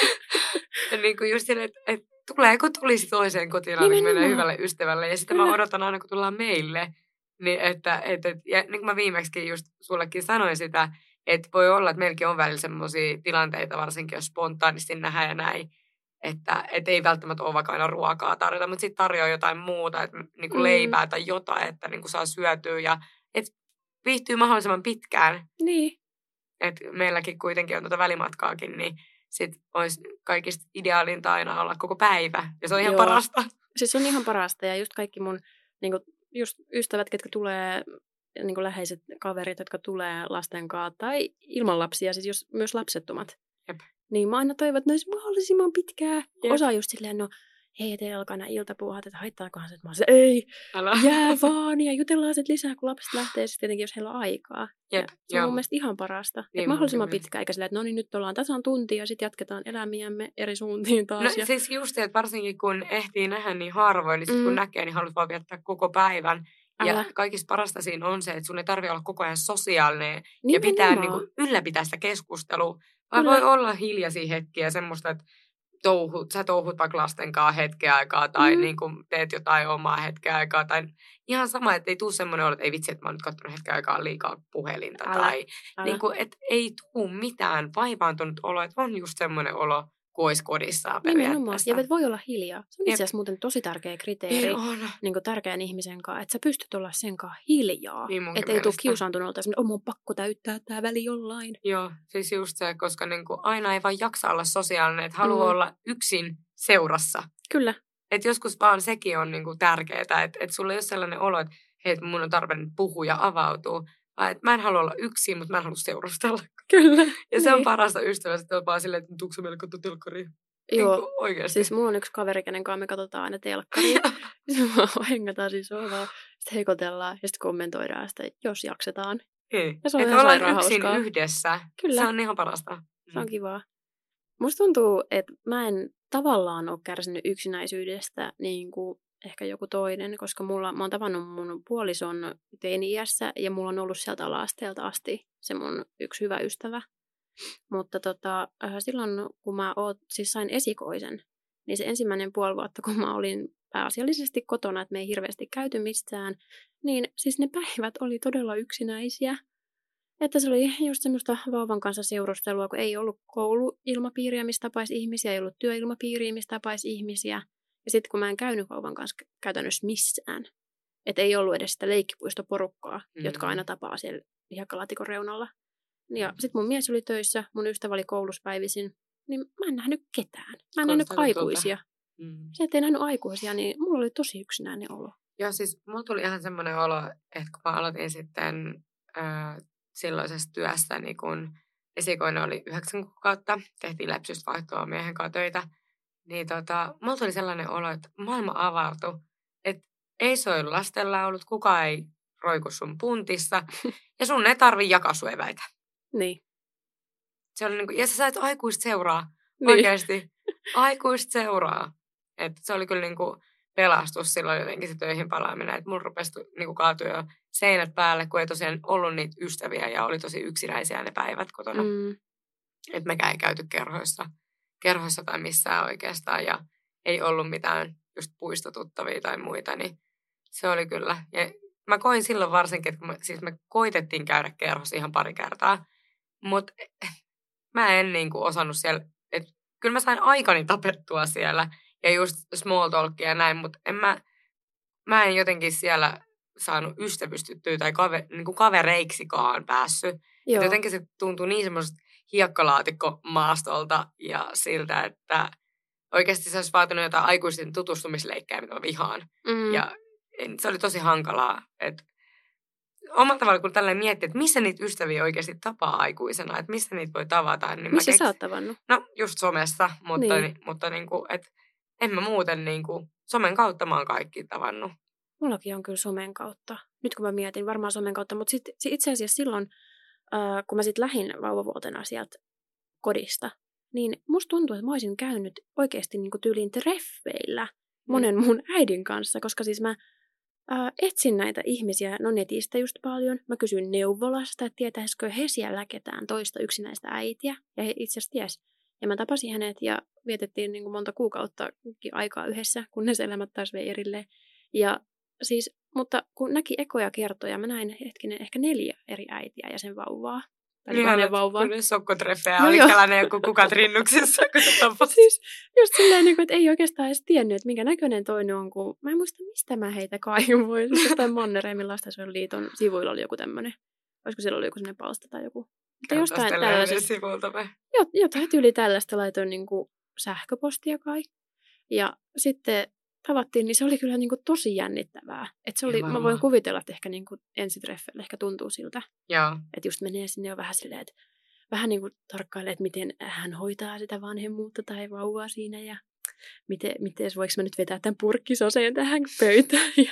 ja niinku just silleen, että et, tulee kun tulisi toiseen kotiin, niin menee hyvälle ystävälle. Ja sitten mä odotan aina, kun tullaan meille. Niin että, et, et, ja niin kuin mä viimeksikin just sullekin sanoin sitä, että voi olla, että meilläkin on välillä semmoisia tilanteita, varsinkin jos spontaanisti nähdään ja näin, että et ei välttämättä ole vaikka aina ruokaa tarjota, mutta sitten tarjoaa jotain muuta, että niin kuin Mm. leipää tai jotain, että niin kuin saa syötyä ja että viihtyy mahdollisimman pitkään. Niin. Että meilläkin kuitenkin on tuota välimatkaakin, niin sitten olisi kaikista ideaalinta aina olla koko päivä. Ja se on ihan Joo. parasta. Siis se on ihan parasta. Ja just kaikki mun niin kuin, just ystävät, ketkä tulee, niin kuin läheiset kaverit, jotka tulee lasten kanssa tai ilman lapsia, siis jos, myös lapsettomat. Jep. Niin mä aina toivon, että ne olisi mahdollisimman pitkää. Jep. Osa just silleen, no hei, teillä alkaa nämä iltapuuhat, että haittaakohan se, että mä oon se, ei, Älä. jää vaan ja jutellaan sit lisää, kun lapset lähtee sitten tietenkin, jos heillä on aikaa. Jep, Ja se on joo. mun mielestä ihan parasta. Niin Että mahdollisimman munkin pitkään, eikä silleen, että no niin, nyt ollaan tasan tunti ja sitten jatketaan elämiämme eri suuntiin taas. No ja... siis just, että varsinkin kun ehtii nähdä niin harvoin, niin sitten kun Mm. näkee, niin haluat vaan viettää koko päivän. Ja Älä. kaikista parasta siinä on se, että sun ei tarvitse olla koko ajan sosiaalinen ja pitää niin kuin, ylläpitää sitä keskustelua. Vaan Kyllä. voi olla hiljaisia hetkiä semmoista, että touhut, sä touhut vaikka lasten kanssa hetken aikaa tai Mm. niin kuin teet jotain omaa hetken aikaa. Tai ihan sama, että ei tule semmoinen olo, että ei vitsi, että mä oon nyt katsonut hetken aikaa liikaa puhelinta. Älä. Tai Älä. niin kuin, että ei tule mitään vaivaantunut olo, että on just semmoinen olo, kuin olisi kodissaan Nimenomaan. periaatteessa. Ja et voi olla hiljaa. Se on Jep. itse asiassa muuten tosi tärkeä Ei kriteeri on. niin kuin tärkeän ihmisen kanssa, että sä pystyt olla sen kanssa hiljaa. Niin munkin että ei tule mielestä. kiusaantunut että on mun pakko täyttää tää väli jollain. Joo, siis just se, koska niinku aina ei vaan jaksa olla sosiaalinen, että haluaa Mm. olla yksin seurassa. Kyllä. Että joskus vaan sekin on niinku tärkeää, että et sulla ei ole sellainen olo, että hei, mun on tarve nyt puhua ja avautua. Vaan että mä en halua olla yksin, mutta mä en halua seurustella. Kyllä. Ja se on Niin. parasta ystävästä, että on vaan silleen, että tuukse meille katsoa telkkaria. Joo. Niinku oikeasti. Siis mulla on yksi kaveri, kenen kanssa me katsotaan aina telkkaria. Sitten me hengataan siis sohvaa, sitten heikotellaan ja sitten kommentoidaan sitä, jos jaksetaan. Niin. Ja se on Että ihan ollaan sairaan yksin hauskaa. yhdessä. Kyllä. Se on ihan parasta. Se on Mm. kivaa. Musta tuntuu, että mä en tavallaan ole kärsinyt yksinäisyydestä niin kuin ehkä joku toinen, koska mulla, mä oon tavannut mun puolison teini-iässä ja mulla on ollut sieltä ala-asteelta asti se mun yksi hyvä ystävä. Mutta tota, äh, silloin, kun mä oot, siis sain esikoisen, niin se ensimmäinen puoli vuotta, kun mä olin pääasiallisesti kotona, että me ei hirveästi käyty mistään, niin siis ne päivät oli todella yksinäisiä. Että se oli just semmoista vauvan kanssa seurustelua, kun ei ollut kouluilmapiiriä, mistä tapaisi ihmisiä, ei ollut työilmapiiriä, mistä tapaisi ihmisiä. Ja sitten kun mä en käynyt vauvan kanssa käytännössä missään, että ei ollut edes sitä leikkipuistoporukkaa, mm-hmm. jotka aina tapaa siellä hiekkalaatikon reunalla. Ja sitten mun mies oli töissä, mun ystävä oli koulussa päivisin, niin mä en nähnyt ketään. Mä en nähnyt aikuisia. Mm. Se, ettei nähnyt aikuisia, niin mulla oli tosi yksinäinen olo. Joo, siis mulla tuli ihan semmoinen olo, että kun mä aloitin sitten äh, silloisessa työssä, niin kun esikoinen oli yhdeksän kuukautta, tehtiin läpsystä vaihtoa miehen kanssa töitä, niin tota, mulla tuli sellainen olo, että maailma avautui, että ei soi lastenlaulut, kukaan ei roiku sun puntissa, ja sun ei tarvi jakaa sun eväitä. Niin. Se oli niin kuin, ja sä sait aikuista seuraa, Niin. oikeasti, aikuista seuraa. Että se oli kyllä niin kuin pelastus silloin jotenkin se töihin palaaminen, että mulla rupesi niin kuin kaatua jo seinät päälle, kun ei tosiaan ollut niitä ystäviä ja oli tosi yksinäisiä ne päivät kotona. Mm. Että mekään ei käyty kerhoissa, kerhoissa tai missään oikeastaan ja ei ollut mitään just puistotuttavia tai muita, niin se oli kyllä. Ja mä koin silloin varsinkin, että me, siis me koitettiin käydä kerhossa ihan pari kertaa, mutta mä en niin kuin osannut siellä, että kyllä mä sain aikani tapettua siellä ja just small talkia ja näin, mutta en mä, mä en jotenkin siellä saanut ystävystyttyä tai kave, niin kuin kavereiksikaan päässyt. Että jotenkin se tuntui niin semmoiselta hiekkalaatikkomaastolta ja siltä, että oikeasti se olisi vaatinut jotain aikuisten tutustumisleikkejä, mitä mä vihaan. Mm. Ja se oli tosi hankalaa. Että omalla tavalla, kun tällainen miettii, että missä niitä ystäviä oikeasti tapaa aikuisena, että missä niitä voi tavata. Niin missä keks... sä oot tavannut? No, just somessa, mutta, niin. Ni, mutta niin kuin, et, en mä muuten niin kuin, somen kautta mä oon kaikki tavannut. Mullakin on kyllä somen kautta. Nyt kun mä mietin, varmaan somen kautta, mutta sit, itse asiassa silloin, äh, kun mä sitten lähdin vauvavuotena sieltä kodista, niin musta tuntuu, että mä olisin käynyt oikeasti niin kuin tyyliin treffeillä monen mm. mun äidin kanssa, koska siis mä äh, etsin näitä ihmisiä, no netistä just paljon. Mä kysyin neuvolasta, että tietäisikö he siellä ketään toista yksinäistä äitiä, ja he itse asiassa ties. Ja mä tapasin hänet ja vietettiin niin kuin monta kuukautta aikaa yhdessä, kunnes elämät taas vei erilleen. Ja siis, mutta kun näki ekoja kertoja, mä näin hetkinen ehkä neljä eri äitiä ja sen vauvaa. Tai hänen vauvaa. Kyllä sokkotreffejä no oli tällainen joku kukat rinnuksissa, kun se tapasin. Siis just silleen, että ei oikeastaan edes tiennyt, että minkä näköinen toinen on, kun mä en muista, mistä mä heitä kaivoin. Siis jostain Mannerheimin lastensuojeluliiton sivuilla oli joku tämmöinen. Olisiko siellä oli joku sellainen palsta tai joku. Mutta jostain tällaisesta. Jotain tyyli tällaista laitoin niin kuin sähköpostia kai. Ja sitten tavattiin, niin se oli kyllä niin kuin tosi jännittävää. Että se oli, mä voin kuvitella, että ehkä niin kuin ensitreffeillä ehkä tuntuu siltä. Joo. Että just menee sinne jo vähän silleen, että vähän niin kuin tarkkailee, että miten hän hoitaa sitä vanhemmuutta tai vauvaa siinä. Ja miten, miten voiko mä nyt vetää tämän purkkisoseen tähän pöytään. Ja,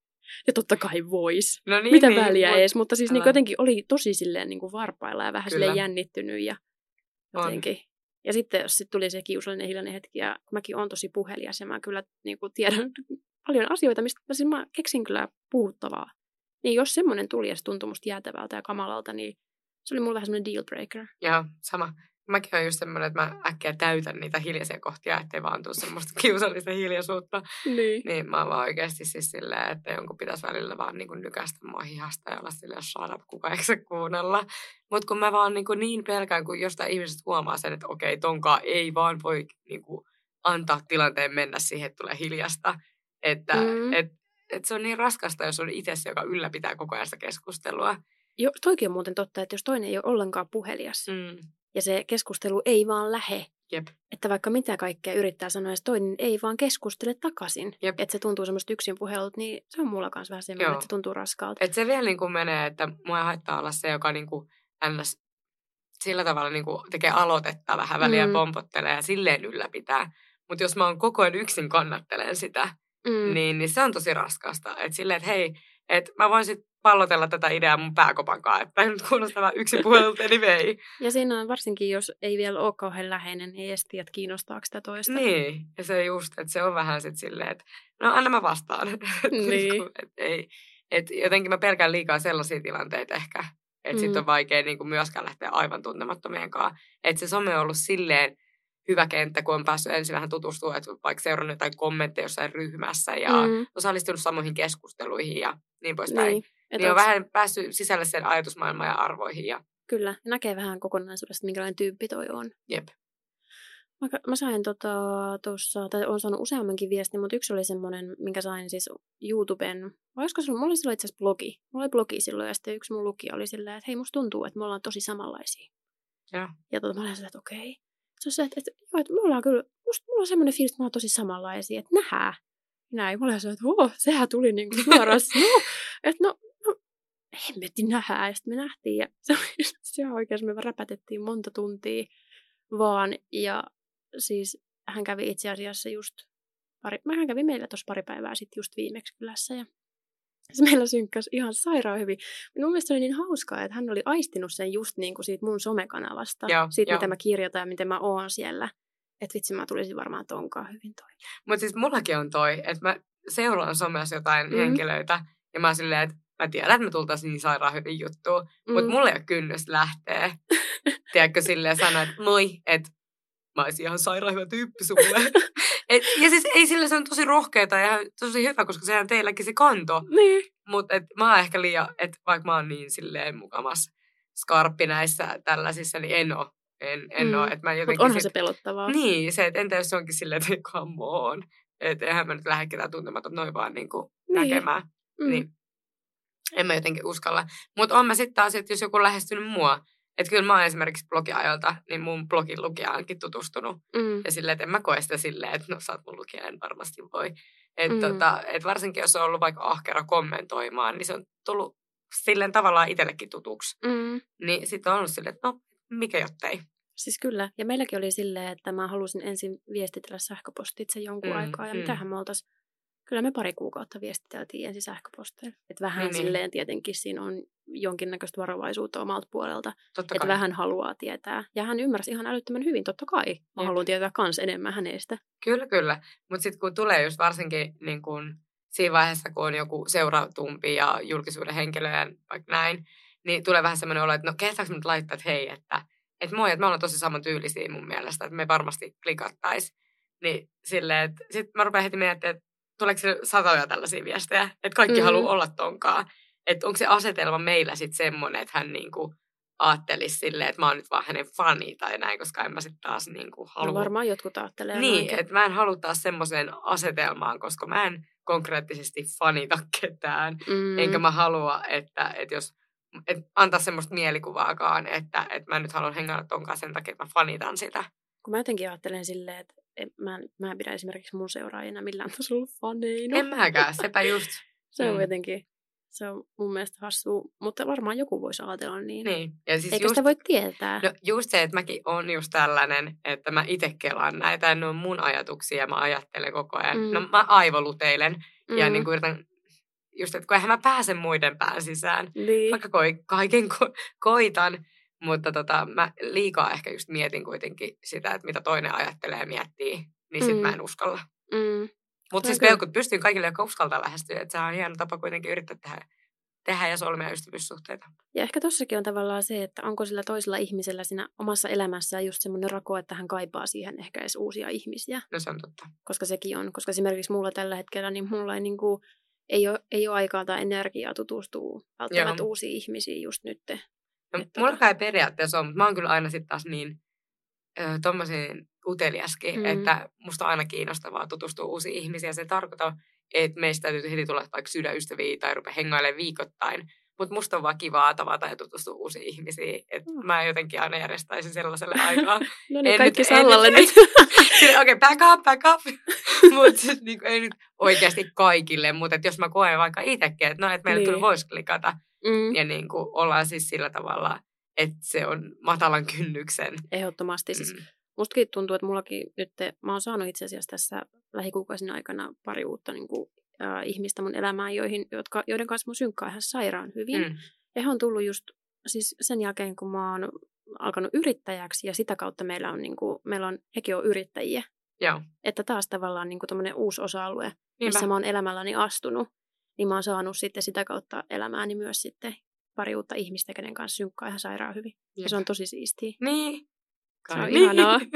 ja totta kai vois. No niin, mitä niin, väliä mut, edes. Mutta siis niin jotenkin oli tosi silleen niin kuin varpailla ja vähän kyllä. Silleen jännittynyt. Ja jotenkin. On. Ja sitten jos sit tuli se kiusallinen hiljainen hetki, ja kun mäkin olen tosi puhelias, ja mä kyllä niin kuin tiedän paljon asioita, mistä mä, siis mä keksin kyllä puhuttavaa. Niin jos semmoinen tuli, ja se tuntui musta jäätävältä ja kamalalta, niin se oli mulle vähän semmoinen deal breaker. Joo, sama. Mäkin olen just semmoinen, että mä äkkiä täytän niitä hiljaisia kohtia, ettei vaan tule semmoista kiusallista hiljaisuutta. Niin. Niin mä oon vaan oikeasti siis silleen, että jonkun pitäisi välillä vaan niin kuin nykästä mua hihasta ja olla silleen, shut up, kuka eikö se kuunnella. Mutta kun mä vaan niin, niin pelkään, kun jostain ihmisestä huomaa sen, että okei, tonkaan ei vaan voi niin kuin antaa tilanteen mennä siihen, että tulee hiljasta. Että mm. et, et se on niin raskasta, jos on itse se, joka ylläpitää koko ajan sitä keskustelua. Jo, toikin on muuten totta, että jos toinen ei ole ollenkaan puhelias, mm. ja se keskustelu ei vaan lähe, Jep. että vaikka mitä kaikkea yrittää sanoa, ja toinen ei vaan keskustele takaisin, Jep. että se tuntuu semmoista yksin puhelut, niin se on mulla kanssa vähän semmoinen, Joo. että se tuntuu raskaalta. Että se vielä niin kuin menee, että mua ei haittaa olla se, joka niin kuin ns. Sillä tavalla niin kuin tekee aloitetta vähän väliä mm. pompottelee ja silleen ylläpitää. Mutta jos mä oon koko ajan yksin kannattelen sitä, mm. niin, niin se on tosi raskasta. Että silleen, että hei, että mä voisin pallotella tätä ideaa mun pääkopankaan, että nyt kuulostaa vähän yksin puhelulta, eli vei. Ja siinä on varsinkin, jos ei vielä ole kauhean läheinen, niin ei edes tiedä, kiinnostaako sitä toista. Niin, ja se just, että se on vähän sitten silleen, että no anna mä vastaan. Niin. et, ei, et jotenkin mä pelkään liikaa sellaisia tilanteita ehkä, että mm. sitten on vaikea niin kuin myöskään lähteä aivan tuntemattomien kanssa. Että se some on ollut silleen hyvä kenttä, kun on päässyt ensin vähän tutustua, että vaikka seurannut jotain kommentteja jossain ryhmässä ja mm. osallistunut samoihin keskusteluihin ja niin poispäin. Niin. Niin on vähän päässyt sisälle sen ajatusmaailmaan ja arvoihin. Ja... Kyllä, näkee vähän kokonaisuudesta, minkälainen tyyppi toi on. Jep. Mä, mä sain tuossa, tota, tai olen saanut useammankin viestin, mutta yksi oli semmoinen, minkä sain siis YouTuben, vai olisiko se ollut, mulla oli silloin itse asiassa blogi. Mulla oli blogi silloin, ja sitten yksi mun lukija oli silleen, että hei, musta tuntuu, että me ollaan tosi samanlaisia. Ja, ja tota, mä olin silleen, että okei. Se on se, että, että, joo, että me ollaan kyllä, musta mulla on semmoinen fiilis, että me ollaan tosi samanlaisia, että nähdään. Näin, mä olin silleen, että oh, sehän tuli niin kuin suoraan, no, että no, hemmetti nähdään, ja sitten me nähtiin, ja se oli se oikein, me räpätettiin monta tuntia vaan, ja siis hän kävi itse asiassa just, pari, hän kävi meillä tuossa pari päivää sitten just viimeksi kylässä, ja se meillä synkkäsi ihan sairaan hyvin. Mun mielestä se oli niin hauskaa, että hän oli aistinut sen just niin kuin siitä mun somekanavasta, joo, siitä jo. Mitä mä kirjoitan ja miten mä oon siellä, että vitsi mä tulisin varmaan tonkaan hyvin toi. Mutta siis mullakin on toi, että mä seuraan somessa jotain mm. henkilöitä, ja mä oon silleen, että mä tiedän, että me tultaisiin niin sairaan hyvin juttuun, mm. mutta mulla ei ole kynnys lähtee. Tiedätkö silleen sanoa, että moi, että mä olisin ihan sairaan hyvä tyyppi sulle. Et, ja siis ei sille, se on tosi rohkeata ja tosi hyvä, koska sehän teilläkin se kanto. Niin. Mutta mä oon ehkä liian, että vaikka mä oon niin silleen mukamas skarppi näissä tällaisissa, niin en oo en, en Mm. ole. Että mä jotenkin Mutta onhan sit, se pelottavaa. Niin, se, että entä jos se onkin silleen, että come on. Että eihän mä nyt lähde ketään tuntematon noin vaan niin kuin Niin. näkemään. Mm. Niin en mä jotenkin uskalla. Mutta on mä sitten taas, että jos joku on lähestynyt mua, että kyllä mä oon esimerkiksi blogiajalta, niin mun blogin lukijaankin tutustunut. Mm. Ja silleen, että en mä koe sitä silleen, että no sä oot mun lukija, en varmasti voi. Että Mm. tota, et varsinkin jos on ollut vaikka ahkera kommentoimaan, niin se on tullut silleen tavallaan itsellekin tutuksi. Mm. Niin sitten on ollut silleen, että no mikä jottei. Siis kyllä. Ja meilläkin oli silleen, että mä halusin ensin viestitellä sähköpostitse jonkun Mm, aikaa. Ja mm. mitähän me oltaisiin. Kyllä me pari kuukautta viestiteltiin ensin sähköposteilla. Että vähän Niin, niin. silleen tietenkin siinä on jonkinnäköistä varovaisuutta omalta puolelta. Totta Että kai. vähän haluaa tietää. Ja hän ymmärsi ihan älyttömän hyvin, totta kai. Mä Jep. haluan tietää kans enemmän hänestä. Kyllä, kyllä. Mutta sitten kun tulee just varsinkin niin kun siinä vaiheessa, kun on joku seuratumpi ja julkisuuden henkilö ja vaikka näin, niin tulee vähän semmoinen olo, että no kehtaanko me nyt laittaa, että hei, että, että moi, että me ollaan tosi samantyylisiä mun mielestä, että me varmasti klikattaisiin. Niin silleen, että sitten mä rupean heti miettimään, että tuleeko se satoja tällaisia viestejä, että kaikki Mm. haluaa olla tonkaan. Että onko se asetelma meillä sitten semmoinen, että hän niinku ajattelisi silleen, että mä oon nyt vaan hänen fani tai näin, koska en mä sitten taas niinku halua. No varmaan jotkut ajattelee. Niin, noinkin. että mä en halua taas semmoiseen asetelmaan, koska mä en konkreettisesti fanita ketään. Mm. Enkä mä halua, että, että jos et antaa semmoista mielikuvaakaan, että, että mä nyt haluan hengata tonkaan sen takia, että mä fanitan sitä. Kun mä jotenkin ajattelen silleen, että en, mä, en, mä en pidä esimerkiksi mun seuraajina millään tasolla faneina. En mäkään, sepä just. Se on Mm. jotenkin, se on mun mielestä hassua, mutta varmaan joku voisi ajatella niin. Niin. Ja siis Eikä just, sitä voi tietää. no just se, että mäkin on just tällainen, että mä itse kelaan näitä, ja ne on mun ajatuksia, ja mä ajattelen koko ajan. Mm. No mä aivoluteilen, Mm. ja niin kuin yritän, just, että kun eihän mä pääse muiden pään sisään. Niin. Vaikka koi, kaiken ko, koitan, mutta tota, mä liikaa ehkä just mietin kuitenkin sitä, että mitä toinen ajattelee ja miettii, niin sit Mm. mä en uskalla. Mm. Mutta Se siis kyllä. peukut pystyy kaikille, jotka uskaltaa lähestyä, että se on hieno tapa kuitenkin yrittää tehdä, tehdä ja solmia ystävyyssuhteita. Ja ehkä tossakin on tavallaan se, että onko sillä toisella ihmisellä siinä omassa elämässään just semmoinen rako, että hän kaipaa siihen ehkä edes uusia ihmisiä. No se on totta. Koska sekin on. Koska esimerkiksi mulla tällä hetkellä, niin mulla ei, niin kuin, ei, ole, ei ole aikaa tai energiaa tutustua välttämättä Joo. uusiin ihmisiin just nyt. No, Että mulla tota- kai periaatteessa on, mutta mä oon kyllä aina sitten taas niin ö, tommoseen uteliaskin, Mm. että musta on aina kiinnostavaa tutustua uusiin ihmisiin. Se ei tarkoita, että meistä täytyy heti tulla vaikka sydänystäviä tai rupea hengailemaan viikoittain. Mutta musta on vaan kivaa tavata ja tutustua uusiin ihmisiin. Että Mm. mä jotenkin aina järjestäisin sellaiselle aikaa. No niin, En kaikki nyt- en Sallalle nyt- nyt. Okei, okay, back up, back up. Mutta niinku, ei nyt oikeasti kaikille. Mutta jos mä koen vaikka itsekin, että no, et meillä Niin. kyllä voisi klikata. Mm. Ja niinku, ollaan siis sillä tavalla, että se on matalan kynnyksen. Ehdottomasti. Siis Mm. mustakin tuntuu, että mullakin nyt, mä oon saanut itse asiassa tässä lähikuukausien aikana pari uutta niin kuin, äh, ihmistä mun elämään, joihin, jotka, joiden kanssa mun synkkaa ihan sairaan hyvin. Mm. Ja he on tullut just siis sen jälkeen, kun mä oon alkanut yrittäjäksi ja sitä kautta meillä on, niin kuin, meillä on hekin on yrittäjiä. Joo. Että taas tavallaan niin kuin tommoinen uusi osa-alue, missä Niinpä. mä oon elämälläni astunut, niin mä oon saanut sitten sitä kautta elämääni myös sitten pari uutta ihmistä, kenen kanssa synkkaa ihan sairaan hyvin. Ja Jep. se on tosi siistiä. Niin. Se on Kai ihanaa. niin.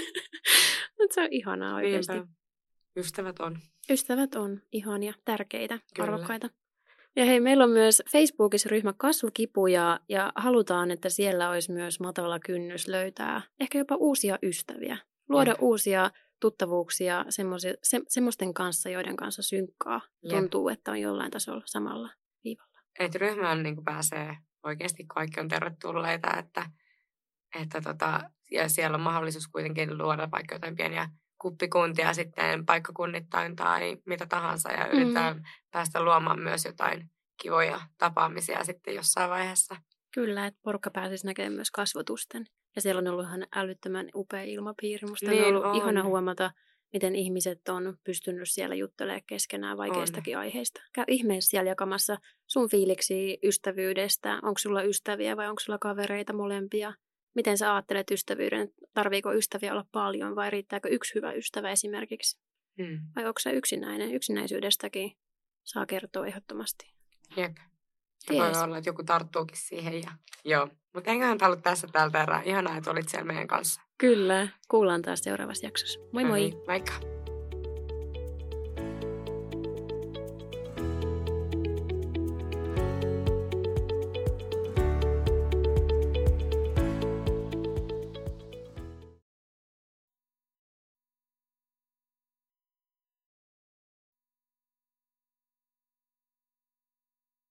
Mutta se on ihanaa oikeasti. Niinpä. Ystävät on. Ystävät on ihania, tärkeitä, Kyllä. arvokkaita. Ja hei, meillä on myös Facebookissa ryhmä Kasvukipu ja, ja halutaan, että siellä olisi myös matala kynnys löytää ehkä jopa uusia ystäviä. Luoda Jep. uusia tuttavuuksia semmosi, se, semmoisten kanssa, joiden kanssa synkkaa. Jep. Tuntuu, että on jollain tasolla samalla viivalla. Että ryhmään niin pääsee oikeasti kaikki on tervetulleita, että, että tota, ja siellä on mahdollisuus kuitenkin luoda vaikka jotain pieniä kuppikuntia sitten paikkakunnittain tai mitä tahansa ja yritetään mm. päästä luomaan myös jotain kivoja tapaamisia sitten jossain vaiheessa. Kyllä, että porukka pääsisi näkemään myös kasvotusten. Ja siellä on ollut ihan älyttömän upea ilmapiiri. Musta Niin on ollut on. ihana huomata, miten ihmiset on pystynyt siellä juttelemaan keskenään vaikeistakin on. aiheista. Käy ihmeessä siellä jakamassa sun fiiliksiä ystävyydestä. Onko sulla ystäviä vai onko sulla kavereita molempia? Miten sä ajattelet ystävyyden? Tarviiko ystäviä olla paljon vai riittääkö yksi hyvä ystävä esimerkiksi? Hmm. Vai onko sä yksinäinen? Yksinäisyydestäkin saa kertoa ehdottomasti. Jep. Ja Jees. voi olla, että joku tarttuukin siihen. Ja... Joo. Mutta enköhän ollut tässä tältä erää. Ihanaa, että olit siellä meidän kanssa. Kyllä. Kuullaan taas seuraavassa jaksossa. Moi moi! Moikka!